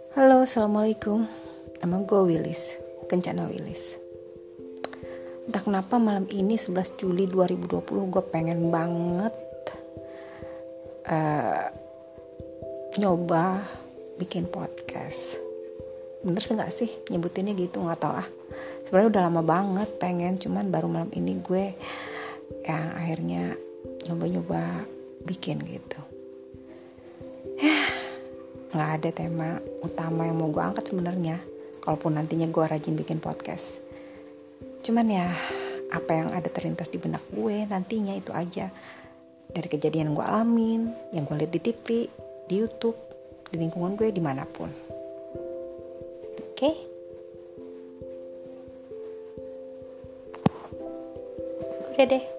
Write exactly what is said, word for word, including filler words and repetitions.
Halo, assalamualaikum. Nama gue Willis, Kencana Willis. Entah kenapa malam ini sebelas Juli dua ribu dua puluh gue pengen banget uh, nyoba bikin podcast. Bener sih gak sih nyebutinnya gitu, gak tau ah. Sebenarnya udah lama banget pengen, cuman baru malam ini gue yang akhirnya nyoba-nyoba bikin gitu. Nggak ada tema utama yang mau gue angkat sebenarnya, kalaupun nantinya gue rajin bikin podcast. Cuman ya apa yang ada terlintas di benak gue nantinya itu aja, dari kejadian yang gue alamin, yang gue lihat di T V, di YouTube, di lingkungan gue, dimanapun. Oke okay? Udah deh.